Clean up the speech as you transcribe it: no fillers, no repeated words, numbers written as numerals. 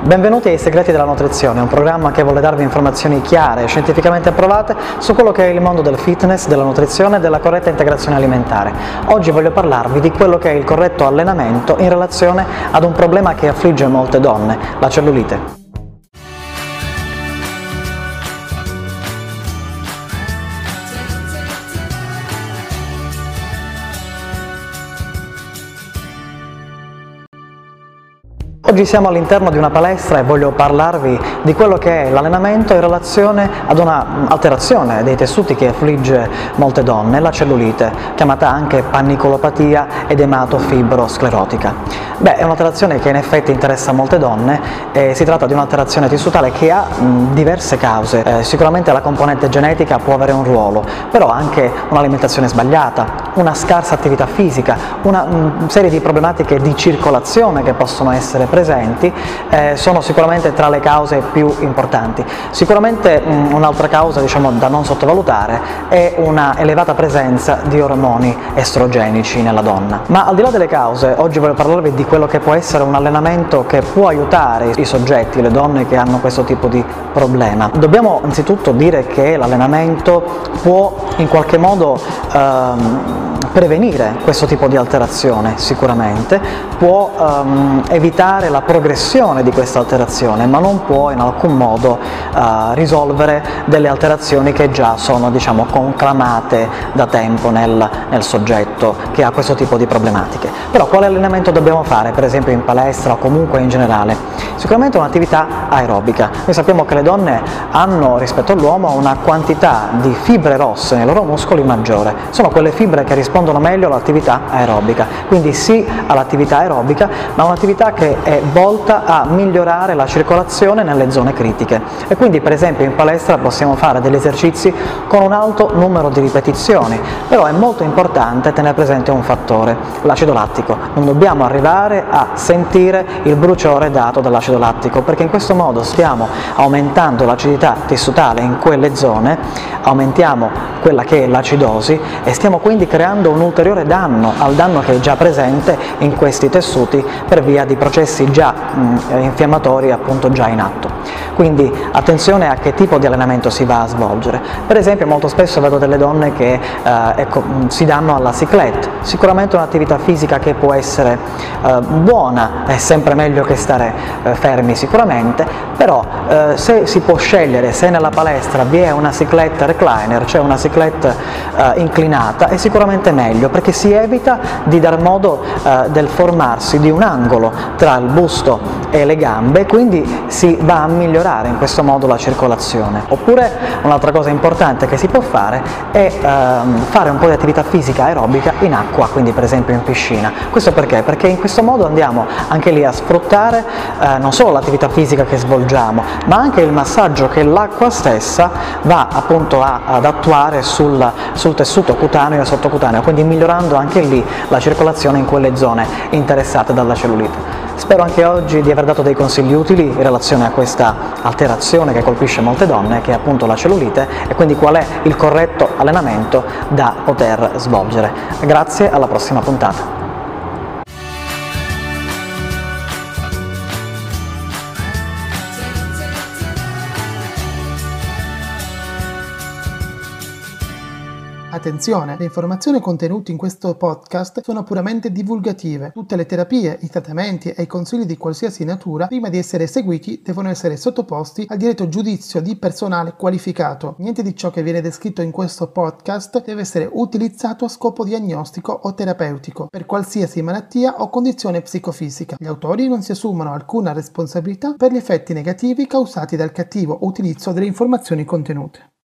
Benvenuti ai Segreti della Nutrizione, un programma che vuole darvi informazioni chiare e scientificamente approvate su quello che è il mondo del fitness, della nutrizione e della corretta integrazione alimentare. Oggi voglio parlarvi di quello che è il corretto allenamento in relazione ad un problema che affligge molte donne, la cellulite. Oggi siamo all'interno di una palestra e voglio parlarvi di quello che è l'allenamento in relazione ad una alterazione dei tessuti che affligge molte donne, la cellulite, chiamata anche pannicolopatia ed ematofibrosclerotica. È un'alterazione che in effetti interessa molte donne e si tratta di un'alterazione tissutale che ha diverse cause. Sicuramente la componente genetica può avere un ruolo, però anche un'alimentazione sbagliata, una scarsa attività fisica, una serie di problematiche di circolazione che possono essere presenti sono sicuramente tra le cause più importanti. Sicuramente un'altra causa da non sottovalutare è una elevata presenza di ormoni estrogenici nella donna. Ma al di là delle cause, oggi voglio parlarvi di quello che può essere un allenamento che può aiutare i soggetti, le donne che hanno questo tipo di problema. Dobbiamo anzitutto dire che l'allenamento può in qualche modo prevenire questo tipo di alterazione, sicuramente, può evitare la progressione di questa alterazione, ma non può in alcun modo risolvere delle alterazioni che già sono conclamate da tempo nel soggetto che ha questo tipo di problematiche. Però quale allenamento dobbiamo fare, per esempio in palestra o comunque in generale? Sicuramente un'attività aerobica. Noi sappiamo che le donne hanno rispetto all'uomo una quantità di fibre rosse nei loro muscoli maggiore, sono quelle fibre che rispondono meglio all'attività aerobica, quindi sì all'attività aerobica, ma un'attività che è volta a migliorare la circolazione nelle zone critiche e quindi per esempio in palestra possiamo fare degli esercizi con un alto numero di ripetizioni, però è molto importante tenere presente un fattore, l'acido lattico. Non dobbiamo arrivare a sentire il bruciore dato dall'acido lattico, perché in questo modo stiamo aumentando l'acidità tessutale in quelle zone, aumentiamo quella che è l'acidosi e stiamo quindi creando un ulteriore danno al danno che è già presente in questi tessuti per via di processi già infiammatori appunto già in atto. Quindi attenzione a che tipo di allenamento si va a svolgere. Per esempio molto spesso vedo delle donne che si danno alla cyclette, sicuramente un'attività fisica che può essere buona, è sempre meglio che stare fermi sicuramente, però se si può scegliere, se nella palestra vi è una cyclette recliner, cioè una cyclette inclinata, è sicuramente meglio, perché si evita di dar modo del formarsi di un angolo tra il busto e le gambe, quindi si va a migliorare in questo modo la circolazione. Oppure un'altra cosa importante che si può fare è fare un po' di attività fisica aerobica in acqua, quindi per esempio in piscina. Questo perché? Perché in questo modo andiamo anche lì a sfruttare non solo l'attività fisica che svolgiamo, ma anche il massaggio che l'acqua stessa va appunto ad attuare sul tessuto cutaneo e sottocutaneo, quindi migliorando anche lì la circolazione in quelle zone interessate dalla cellulite. Spero anche oggi di aver dato dei consigli utili in relazione a questa alterazione che colpisce molte donne, che è appunto la cellulite, e quindi qual è il corretto allenamento da poter svolgere. Grazie, alla prossima puntata. Attenzione, le informazioni contenute in questo podcast sono puramente divulgative. Tutte le terapie, i trattamenti e i consigli di qualsiasi natura, prima di essere eseguiti, devono essere sottoposti al diretto giudizio di personale qualificato. Niente di ciò che viene descritto in questo podcast deve essere utilizzato a scopo diagnostico o terapeutico, per qualsiasi malattia o condizione psicofisica. Gli autori non si assumono alcuna responsabilità per gli effetti negativi causati dal cattivo utilizzo delle informazioni contenute.